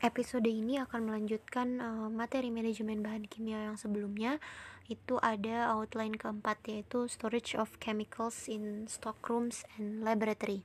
Episode ini akan melanjutkan materi manajemen bahan kimia yang sebelumnya. Itu ada outline keempat, yaitu storage of chemicals in stockrooms and laboratory,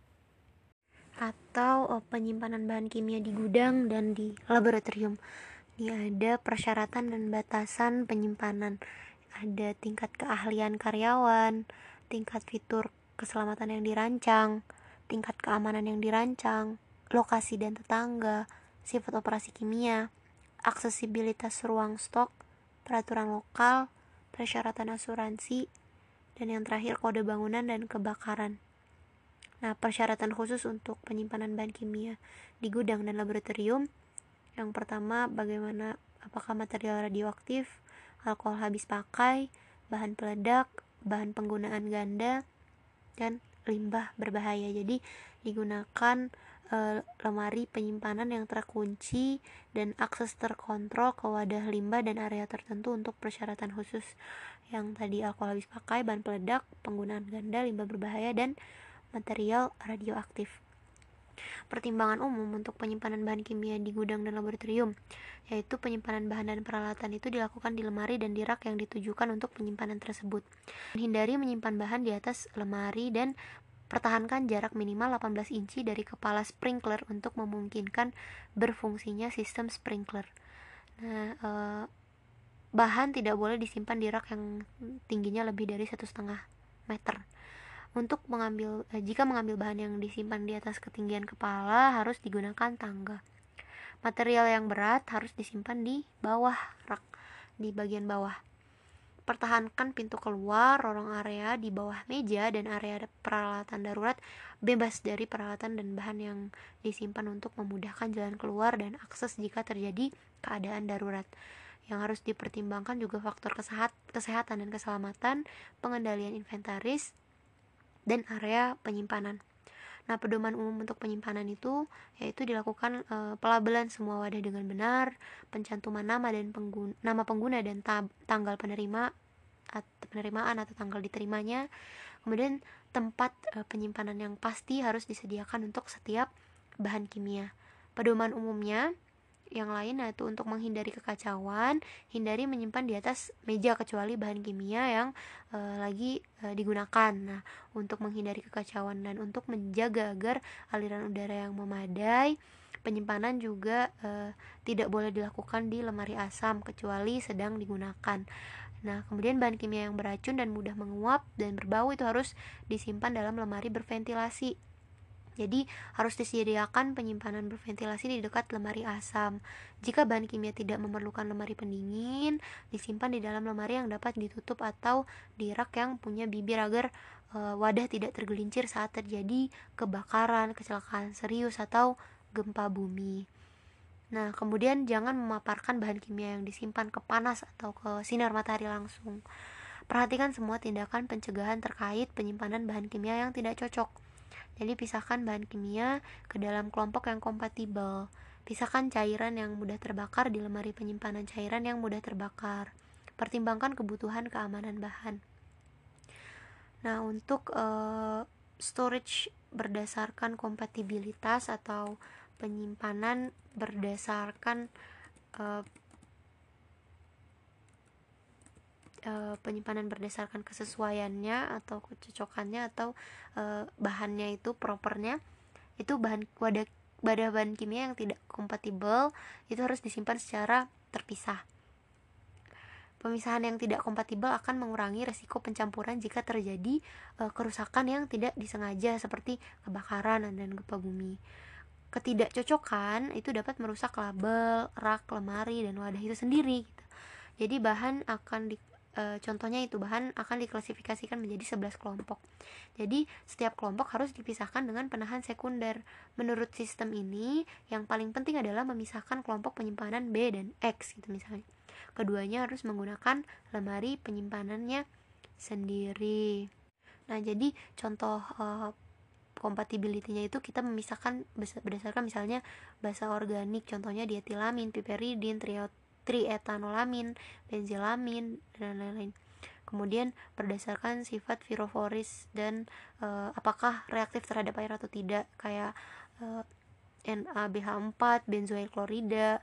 atau penyimpanan bahan kimia di gudang dan di laboratorium. Ini ada persyaratan dan batasan penyimpanan, ada tingkat keahlian karyawan, tingkat fitur keselamatan yang dirancang, tingkat keamanan yang dirancang, lokasi dan tetangga, sifat operasi kimia, aksesibilitas ruang stok, peraturan lokal, persyaratan asuransi, dan yang terakhir kode bangunan dan kebakaran. Nah, persyaratan khusus untuk penyimpanan bahan kimia di gudang dan laboratorium. Yang pertama, bagaimana apakah material radioaktif, alkohol habis pakai, bahan peledak, bahan penggunaan ganda, dan limbah berbahaya. Jadi digunakan lemari penyimpanan yang terkunci dan akses terkontrol ke wadah limbah dan area tertentu untuk persyaratan khusus yang tadi alkohol habis pakai, bahan peledak, penggunaan ganda, limbah berbahaya, dan material radioaktif. Pertimbangan umum untuk penyimpanan bahan kimia di gudang dan laboratorium, yaitu penyimpanan bahan dan peralatan itu dilakukan di lemari dan di rak yang ditujukan untuk penyimpanan tersebut. Hindari menyimpan bahan di atas lemari dan pertahankan jarak minimal 18 inci dari kepala sprinkler untuk memungkinkan berfungsinya sistem sprinkler. Nah, bahan tidak boleh disimpan di rak yang tingginya lebih dari 1,5 meter. Jika mengambil bahan yang disimpan di atas ketinggian kepala, harus digunakan tangga. Material yang berat harus disimpan di bawah rak, di bagian bawah. Pertahankan pintu keluar, lorong area di bawah meja, dan area peralatan darurat bebas dari peralatan dan bahan yang disimpan untuk memudahkan jalan keluar dan akses jika terjadi keadaan darurat. Yang harus dipertimbangkan juga faktor kesehatan dan keselamatan, pengendalian inventaris, dan area penyimpanan. Nah, pedoman umum untuk penyimpanan itu yaitu dilakukan pelabelan semua wadah dengan benar, pencantuman nama pengguna dan tanggal penerimaan atau tanggal diterimanya. Kemudian tempat penyimpanan yang pasti harus disediakan untuk setiap bahan kimia. Pedoman umumnya yang lain yaitu untuk menghindari kekacauan, hindari menyimpan di atas meja kecuali bahan kimia yang lagi digunakan. Nah, untuk menghindari kekacauan dan untuk menjaga agar aliran udara yang memadai, penyimpanan juga tidak boleh dilakukan di lemari asam kecuali sedang digunakan. Nah, kemudian bahan kimia yang beracun dan mudah menguap dan berbau itu harus disimpan dalam lemari berventilasi. Jadi harus disediakan penyimpanan berventilasi di dekat lemari asam. Jika bahan kimia tidak memerlukan lemari pendingin, disimpan di dalam lemari yang dapat ditutup atau di rak yang punya bibir agar wadah tidak tergelincir saat terjadi kebakaran, kecelakaan serius, atau gempa bumi. Nah, kemudian jangan memaparkan bahan kimia yang disimpan ke panas atau ke sinar matahari langsung. Perhatikan semua tindakan pencegahan terkait penyimpanan bahan kimia yang tidak cocok. Jadi pisahkan bahan kimia ke dalam kelompok yang kompatibel. Pisahkan cairan yang mudah terbakar di lemari penyimpanan cairan yang mudah terbakar. Pertimbangkan kebutuhan keamanan bahan. Nah, untuk storage berdasarkan kompatibilitas atau penyimpanan berdasarkan penyimpanan berdasarkan kesesuaiannya atau kecocokannya atau bahannya itu propernya, itu wadah bahan kimia yang tidak kompatibel itu harus disimpan secara terpisah. Pemisahan yang tidak kompatibel akan mengurangi resiko pencampuran jika terjadi kerusakan yang tidak disengaja seperti kebakaran dan gempa bumi. Ketidakcocokan itu dapat merusak label, rak, lemari, dan wadah itu sendiri gitu. Jadi contohnya itu bahan akan diklasifikasikan menjadi 11 kelompok. Jadi setiap kelompok harus dipisahkan dengan penahan sekunder. Menurut sistem ini, yang paling penting adalah memisahkan kelompok penyimpanan B dan X gitu misalnya. Keduanya harus menggunakan lemari penyimpanannya sendiri. Nah, jadi contoh compatibility-nya itu kita memisahkan berdasarkan misalnya basa organik, contohnya dietilamin, piperidin, triethanolamin, benzilamin, dan lain-lain. Kemudian berdasarkan sifat viroforis dan apakah reaktif terhadap air atau tidak, kayak NaBH4, benzoil klorida,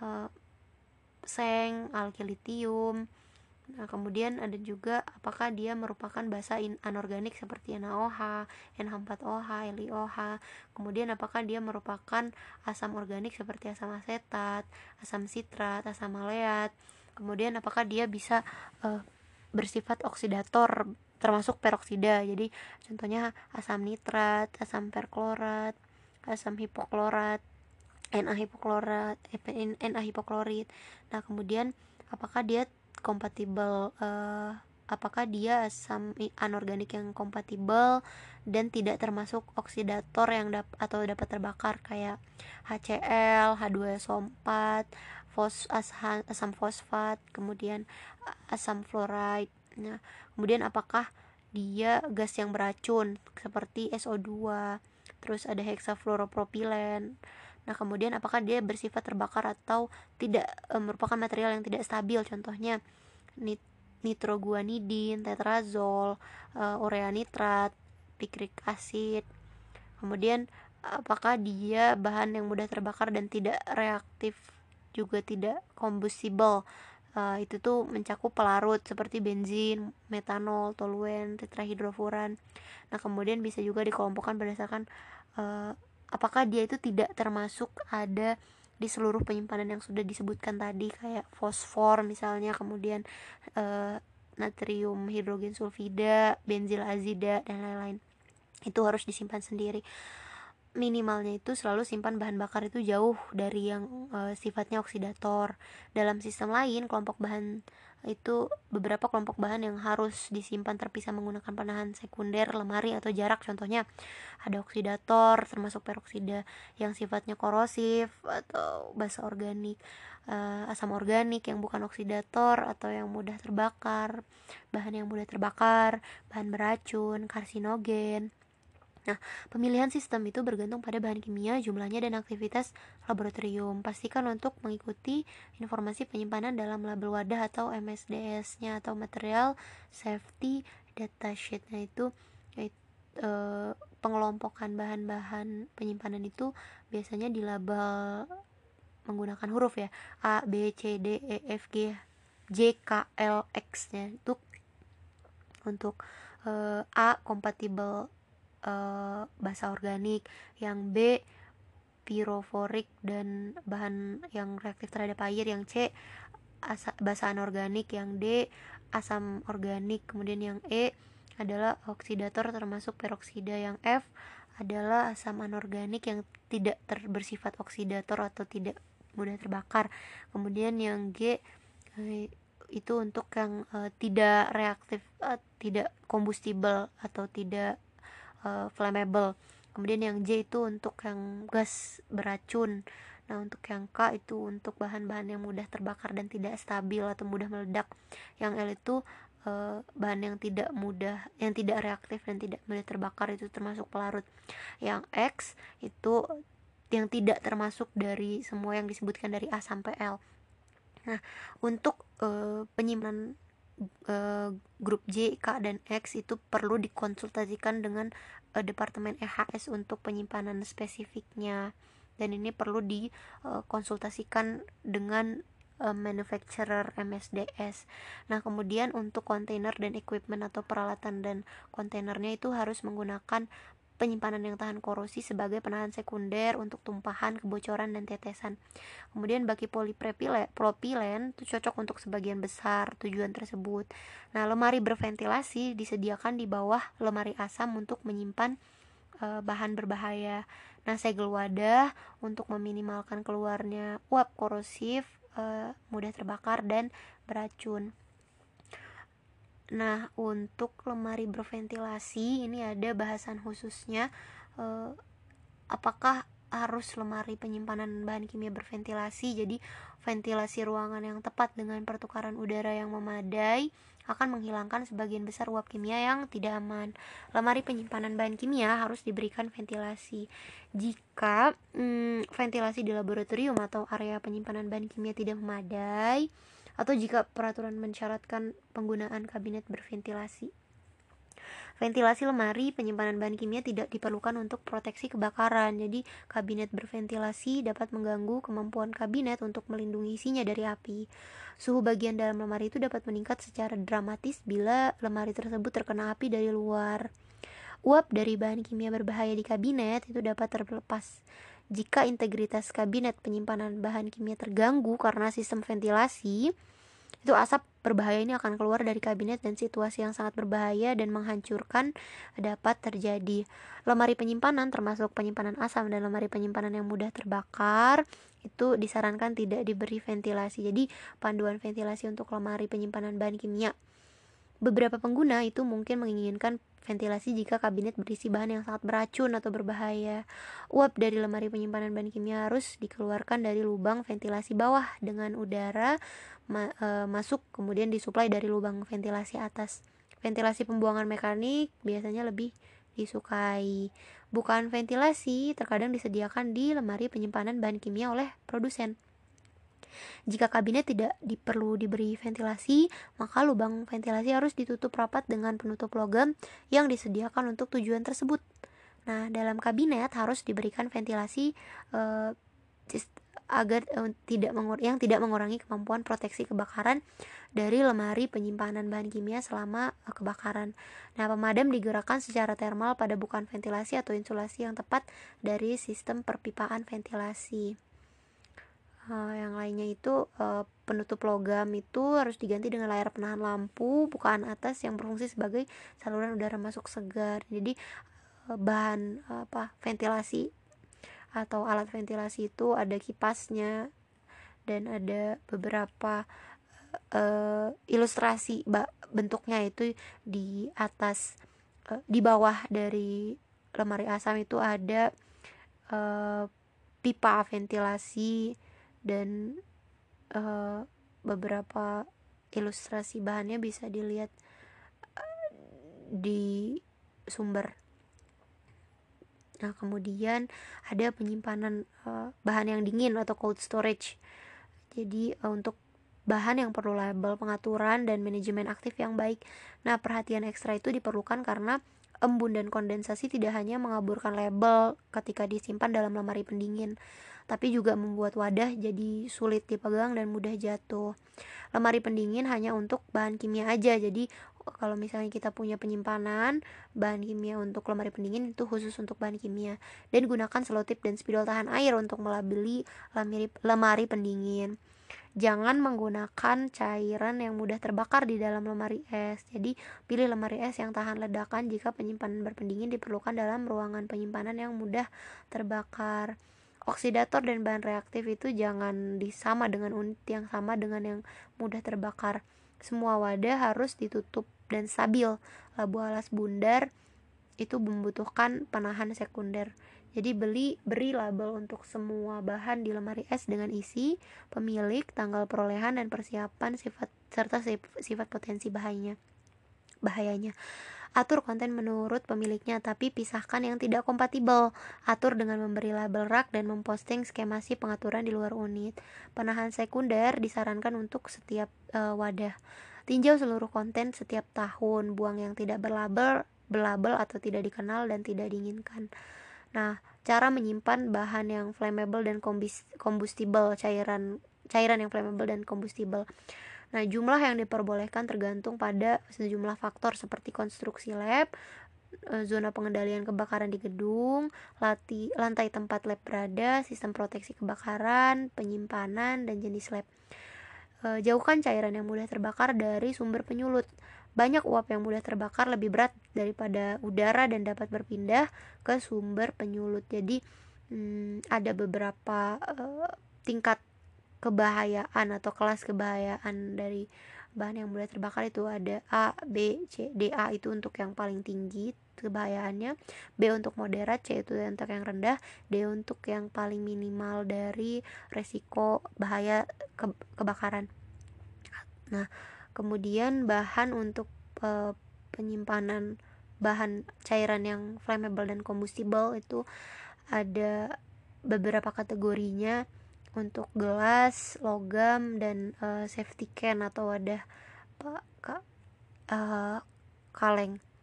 seng, alkil litium. Nah, kemudian ada juga apakah dia merupakan basa anorganik seperti NaOH, NH4OH, LiOH. Kemudian apakah dia merupakan asam organik seperti asam asetat, asam sitrat, asam maleat. Kemudian apakah dia bisa bersifat oksidator termasuk peroksida. Jadi contohnya asam nitrat, asam perklorat, asam hipoklorat, Na hipoklorit. Nah, kemudian apakah dia kompatibel, apakah dia asam anorganik yang kompatibel dan tidak termasuk oksidator yang dapat terbakar kayak HCl, H2SO4, asam fosfat, kemudian asam fluoride. Nah, kemudian apakah dia gas yang beracun seperti SO2, terus ada heksafluoropropilen. Nah, kemudian apakah dia bersifat terbakar atau tidak, merupakan material yang tidak stabil, contohnya nitroguanidin, tetrazol, urea nitrat, pikrik asid. Kemudian apakah dia bahan yang mudah terbakar dan tidak reaktif, juga tidak combustible. Itu tuh mencakup pelarut seperti benzin, metanol, toluen, tetrahidrofuran. Nah, kemudian bisa juga dikelompokkan berdasarkan apakah dia itu tidak termasuk ada di seluruh penyimpanan yang sudah disebutkan tadi, kayak fosfor misalnya, kemudian natrium hidrogen sulfida, benzil azida, dan lain-lain. Itu harus disimpan sendiri. Minimalnya itu selalu simpan bahan bakar itu jauh dari yang sifatnya oksidator. Dalam sistem lain, beberapa kelompok bahan yang harus disimpan terpisah menggunakan penahan sekunder, lemari, atau jarak. Contohnya ada oksidator termasuk peroksida yang sifatnya korosif atau basa organik, asam organik yang bukan oksidator atau yang mudah terbakar, bahan yang mudah terbakar, bahan beracun, karsinogen. Nah, pemilihan sistem itu bergantung pada bahan kimia, jumlahnya, dan aktivitas laboratorium. Pastikan untuk mengikuti informasi penyimpanan dalam label wadah atau MSDS-nya atau Material Safety Data Sheet. Nah, itu pengelompokan bahan-bahan penyimpanan itu biasanya di label menggunakan huruf ya, A, B, C, D, E, F, G, J, K, L, X-nya. Itu untuk A kompatibel basa organik, yang B piroforik dan bahan yang reaktif terhadap air, yang C basa anorganik, yang D asam organik, kemudian yang E adalah oksidator termasuk peroksida, yang F adalah asam anorganik yang tidak bersifat oksidator atau tidak mudah terbakar, kemudian yang G itu untuk yang tidak reaktif, tidak combustible atau tidak flammable. Kemudian yang J itu untuk yang gas beracun. Nah, untuk yang K itu untuk bahan-bahan yang mudah terbakar dan tidak stabil atau mudah meledak. Yang L itu bahan yang tidak reaktif dan tidak mudah terbakar, itu termasuk pelarut. Yang X itu yang tidak termasuk dari semua yang disebutkan dari A sampai L. Nah, untuk penyimpanan grup J, K, dan X itu perlu dikonsultasikan dengan Departemen EHS untuk penyimpanan spesifiknya, dan ini perlu dikonsultasikan dengan manufacturer MSDS. Nah, kemudian untuk kontainer dan equipment atau peralatan dan kontainernya itu harus menggunakan penyimpanan yang tahan korosi sebagai penahan sekunder untuk tumpahan, kebocoran, dan tetesan. Kemudian bagi polipropilen itu cocok untuk sebagian besar tujuan tersebut. Nah, lemari berventilasi disediakan di bawah lemari asam untuk menyimpan bahan berbahaya. Nah, segel wadah untuk meminimalkan keluarnya uap korosif, mudah terbakar, dan beracun. Nah, untuk lemari berventilasi ini ada bahasan khususnya, apakah harus lemari penyimpanan bahan kimia berventilasi. Jadi ventilasi ruangan yang tepat dengan pertukaran udara yang memadai akan menghilangkan sebagian besar uap kimia yang tidak aman. Lemari penyimpanan bahan kimia harus diberikan ventilasi. Jika ventilasi di laboratorium atau area penyimpanan bahan kimia tidak memadai, atau jika peraturan mensyaratkan penggunaan kabinet berventilasi. Ventilasi lemari penyimpanan bahan kimia tidak diperlukan untuk proteksi kebakaran. Jadi, kabinet berventilasi dapat mengganggu kemampuan kabinet untuk melindungi isinya dari api. Suhu bagian dalam lemari itu dapat meningkat secara dramatis bila lemari tersebut terkena api dari luar. Uap dari bahan kimia berbahaya di kabinet itu dapat terlepas jika integritas kabinet penyimpanan bahan kimia terganggu karena sistem ventilasi. Itu asap berbahaya ini akan keluar dari kabinet dan situasi yang sangat berbahaya dan menghancurkan dapat terjadi. Lemari penyimpanan termasuk penyimpanan asam dan lemari penyimpanan yang mudah terbakar itu disarankan tidak diberi ventilasi. Jadi panduan ventilasi untuk lemari penyimpanan bahan kimia. Beberapa pengguna itu mungkin menginginkan ventilasi jika kabinet berisi bahan yang sangat beracun atau berbahaya. Uap dari lemari penyimpanan bahan kimia harus dikeluarkan dari lubang ventilasi bawah dengan udara masuk kemudian disuplai dari lubang ventilasi atas. Ventilasi pembuangan mekanik biasanya lebih disukai. Bukaan ventilasi terkadang disediakan di lemari penyimpanan bahan kimia oleh produsen. Jika kabinet tidak perlu diberi ventilasi, maka lubang ventilasi harus ditutup rapat dengan penutup logam yang disediakan untuk tujuan tersebut. Nah, dalam kabinet harus diberikan ventilasi agar yang tidak mengurangi kemampuan proteksi kebakaran dari lemari penyimpanan bahan kimia selama kebakaran. Nah, pemadam digerakkan secara termal pada bukaan ventilasi atau insulasi yang tepat dari sistem perpipaan ventilasi. Yang lainnya itu penutup logam itu harus diganti dengan layar penahan lampu bukaan atas yang berfungsi sebagai saluran udara masuk segar. Jadi bahan ventilasi atau alat ventilasi itu ada kipasnya dan ada beberapa ilustrasi bentuknya itu di atas di bawah dari lemari asam itu ada pipa ventilasi dan beberapa ilustrasi bahannya bisa dilihat di sumber. Nah, kemudian ada penyimpanan bahan yang dingin atau cold storage. Jadi untuk bahan yang perlu label, pengaturan, dan manajemen aktif yang baik. Nah, perhatian ekstra itu diperlukan karena embun dan kondensasi tidak hanya mengaburkan label ketika disimpan dalam lemari pendingin, tapi juga membuat wadah jadi sulit dipegang dan mudah jatuh. Lemari pendingin hanya untuk bahan kimia aja, jadi kalau misalnya kita punya penyimpanan bahan kimia untuk lemari pendingin itu khusus untuk bahan kimia, dan gunakan selotip dan spidol tahan air untuk melabeli lemari pendingin. Jangan menggunakan cairan yang mudah terbakar di dalam lemari es. Jadi pilih lemari es yang tahan ledakan jika penyimpanan berpendingin diperlukan dalam ruangan penyimpanan yang mudah terbakar. Oksidator dan bahan reaktif itu jangan disama dengan unit yang sama dengan yang mudah terbakar. Semua wadah harus ditutup dan stabil. Labu alas bundar itu membutuhkan penahan sekunder. Jadi beri label untuk semua bahan di lemari es dengan isi, pemilik, tanggal perolehan, dan persiapan serta sifat potensi bahayanya. Atur konten menurut pemiliknya, tapi pisahkan yang tidak kompatibel. Atur dengan memberi label rak dan memposting skemasi pengaturan di luar unit. Penahan sekunder disarankan untuk setiap wadah. Tinjau seluruh konten setiap tahun. Buang yang tidak berlabel atau tidak dikenal dan tidak diinginkan. Nah, cara menyimpan bahan yang flammable dan combustible, cairan yang flammable dan combustible. Nah, jumlah yang diperbolehkan tergantung pada sejumlah faktor seperti konstruksi lab, zona pengendalian kebakaran di gedung, lantai tempat lab berada, sistem proteksi kebakaran, penyimpanan, dan jenis lab. Jauhkan cairan yang mudah terbakar dari sumber penyulut. Banyak uap yang mudah terbakar lebih berat daripada udara dan dapat berpindah ke sumber penyulut. Jadi ada beberapa tingkat kebahayaan atau kelas kebahayaan dari bahan yang mudah terbakar. Itu ada A, B, C, D. A itu untuk yang paling tinggi kebahayaannya, B untuk moderat, C itu untuk yang rendah, D untuk yang paling minimal dari resiko bahaya kebakaran. Nah, kemudian bahan untuk penyimpanan bahan cairan yang flammable dan combustible itu ada beberapa kategorinya untuk gelas, logam, dan safety can atau wadah kaleng.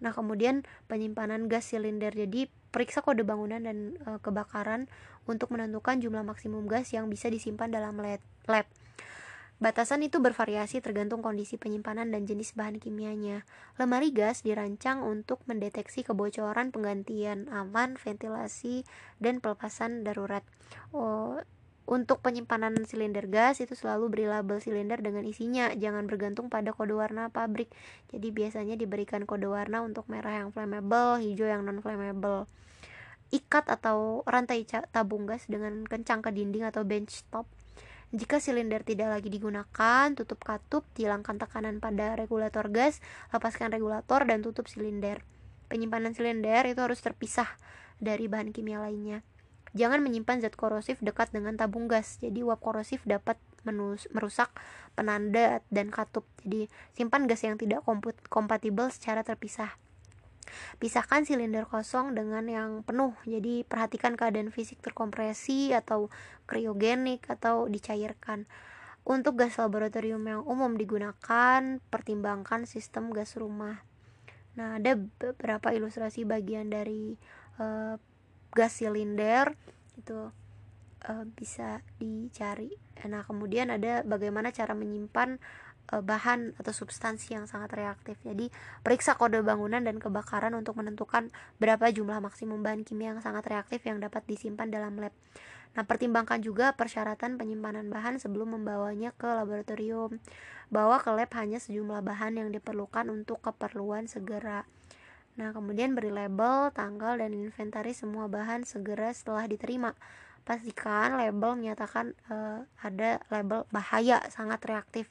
Nah, kemudian penyimpanan gas silinder. Jadi periksa kode bangunan dan kebakaran untuk menentukan jumlah maksimum gas yang bisa disimpan dalam lab. Batasan itu bervariasi tergantung kondisi penyimpanan dan jenis bahan kimianya. Lemari gas dirancang untuk mendeteksi kebocoran, penggantian aman, ventilasi, dan pelepasan darurat. Untuk penyimpanan silinder gas itu selalu beri label silinder dengan isinya, jangan bergantung pada kode warna pabrik. Jadi biasanya diberikan kode warna untuk merah yang flammable, hijau yang non flammable. Ikat atau rantai tabung gas dengan kencang ke dinding atau bench top. Jika silinder tidak lagi digunakan, tutup katup, hilangkan tekanan pada regulator gas, lepaskan regulator dan tutup silinder. Penyimpanan silinder itu harus terpisah dari bahan kimia lainnya. Jangan menyimpan zat korosif dekat dengan tabung gas. Jadi uap korosif dapat merusak penanda dan katup. Jadi simpan gas yang tidak kompatibel secara terpisah. Pisahkan silinder kosong dengan yang penuh. Jadi perhatikan keadaan fisik terkompresi atau kriogenik atau dicairkan. Untuk gas laboratorium yang umum digunakan, pertimbangkan sistem gas rumah. Nah, ada beberapa ilustrasi bagian dari gas silinder itu bisa dicari. Nah, kemudian ada bagaimana cara menyimpan bahan atau substansi yang sangat reaktif. Jadi periksa kode bangunan dan kebakaran untuk menentukan berapa jumlah maksimum bahan kimia yang sangat reaktif yang dapat disimpan dalam lab. Nah, pertimbangkan juga persyaratan penyimpanan bahan sebelum membawanya ke laboratorium. Bawa ke lab hanya sejumlah bahan yang diperlukan untuk keperluan segera. Nah, kemudian beri label, tanggal, dan inventaris semua bahan segera setelah diterima. Pastikan label menyatakan ada label bahaya, sangat reaktif.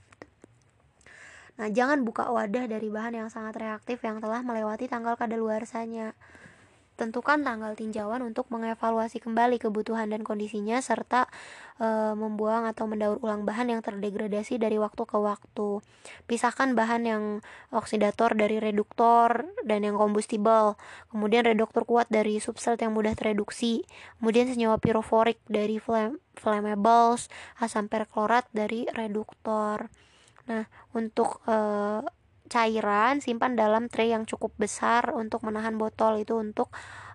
Nah, jangan buka wadah dari bahan yang sangat reaktif yang telah melewati tanggal kadaluarsanya. Tentukan tanggal tinjauan untuk mengevaluasi kembali kebutuhan dan kondisinya serta membuang atau mendaur ulang bahan yang terdegradasi dari waktu ke waktu. Pisahkan bahan yang oksidator dari reduktor dan yang kombustibel. Kemudian reduktor kuat dari substrat yang mudah tereduksi. Kemudian senyawa piroforik dari flammables, asam perklorat dari reduktor. Nah, untuk cairan simpan dalam tray yang cukup besar untuk menahan botol itu untuk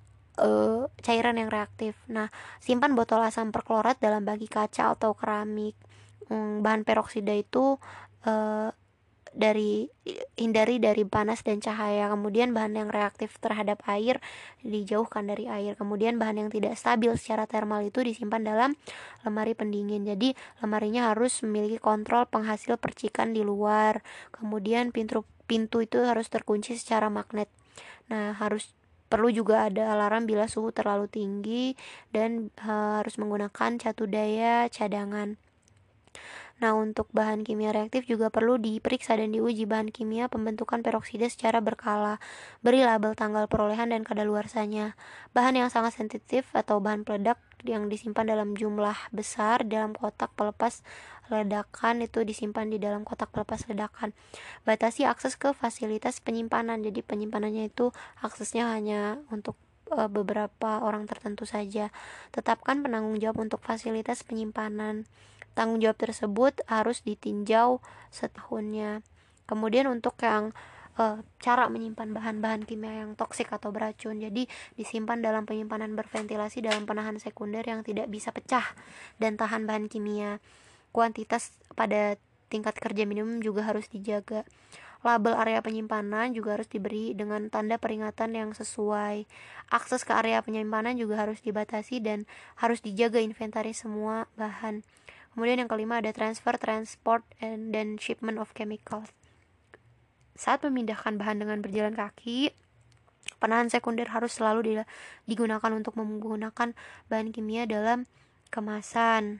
cairan yang reaktif. Nah, simpan botol asam perklorat dalam bagi kaca atau keramik. Bahan peroksida itu hindari dari panas dan cahaya. Kemudian bahan yang reaktif terhadap air dijauhkan dari air. Kemudian bahan yang tidak stabil secara termal itu disimpan dalam lemari pendingin. Jadi lemarinya harus memiliki kontrol penghasil percikan di luar. Kemudian pintu itu harus terkunci secara magnet. Nah, perlu juga ada alarm bila suhu terlalu tinggi dan harus menggunakan catu daya cadangan. Nah, untuk bahan kimia reaktif juga perlu diperiksa dan diuji bahan kimia pembentukan peroksida secara berkala. Beri label tanggal perolehan dan kadaluarsanya. Bahan yang sangat sensitif atau bahan peledak yang disimpan dalam jumlah besar dalam kotak pelepas ledakan itu disimpan di dalam kotak pelepas ledakan. Batasi akses ke fasilitas penyimpanan. Jadi penyimpanannya itu aksesnya hanya untuk beberapa orang tertentu saja. Tetapkan penanggung jawab untuk fasilitas penyimpanan. Tanggung jawab tersebut harus ditinjau setahunnya. Kemudian untuk yang cara menyimpan bahan-bahan kimia yang toksik atau beracun, jadi disimpan dalam penyimpanan berventilasi dalam penahan sekunder yang tidak bisa pecah dan tahan bahan kimia. Kuantitas pada tingkat kerja minimum juga harus dijaga. Label area penyimpanan juga harus diberi dengan tanda peringatan yang sesuai. Akses ke area penyimpanan juga harus dibatasi dan harus dijaga inventaris semua bahan. Kemudian yang kelima ada transfer, transport, dan shipment of chemicals. Saat memindahkan bahan dengan berjalan kaki, penahan sekunder harus selalu digunakan untuk menggunakan bahan kimia dalam kemasan.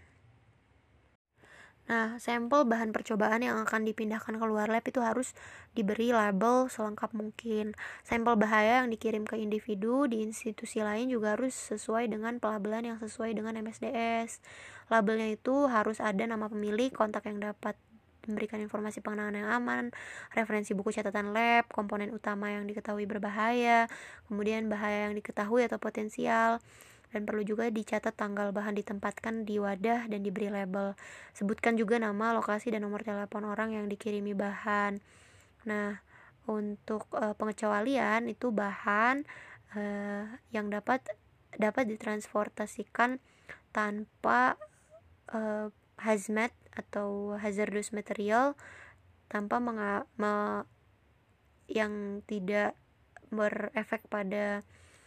Nah, sampel bahan percobaan yang akan dipindahkan keluar lab itu harus diberi label selengkap mungkin. Sampel bahaya yang dikirim ke individu di institusi lain juga harus sesuai dengan pelabelan yang sesuai dengan MSDS. Labelnya itu harus ada nama pemilik, kontak yang dapat memberikan informasi pengenangan yang aman, referensi buku catatan lab, komponen utama yang diketahui berbahaya, kemudian bahaya yang diketahui atau potensial, dan perlu juga dicatat tanggal bahan ditempatkan di wadah dan diberi label. Sebutkan juga nama, lokasi, dan nomor telepon orang yang dikirimi bahan. Nah, Untuk pengecualian itu bahan yang dapat ditransportasikan tanpa hazmat atau hazardous material, tanpa yang tidak berefek pada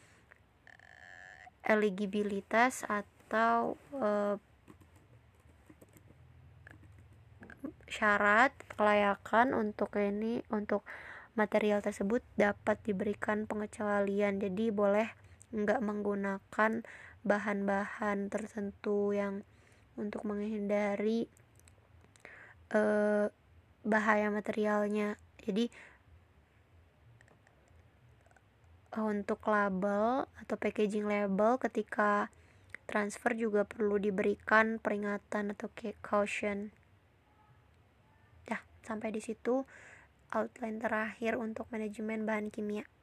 eligibilitas atau syarat kelayakan untuk material tersebut dapat diberikan pengecualian. Jadi boleh nggak menggunakan bahan-bahan tertentu yang untuk menghindari bahaya materialnya. Jadi untuk label atau packaging label ketika transfer juga perlu diberikan peringatan atau caution. Sampai di situ outline terakhir untuk manajemen bahan kimia.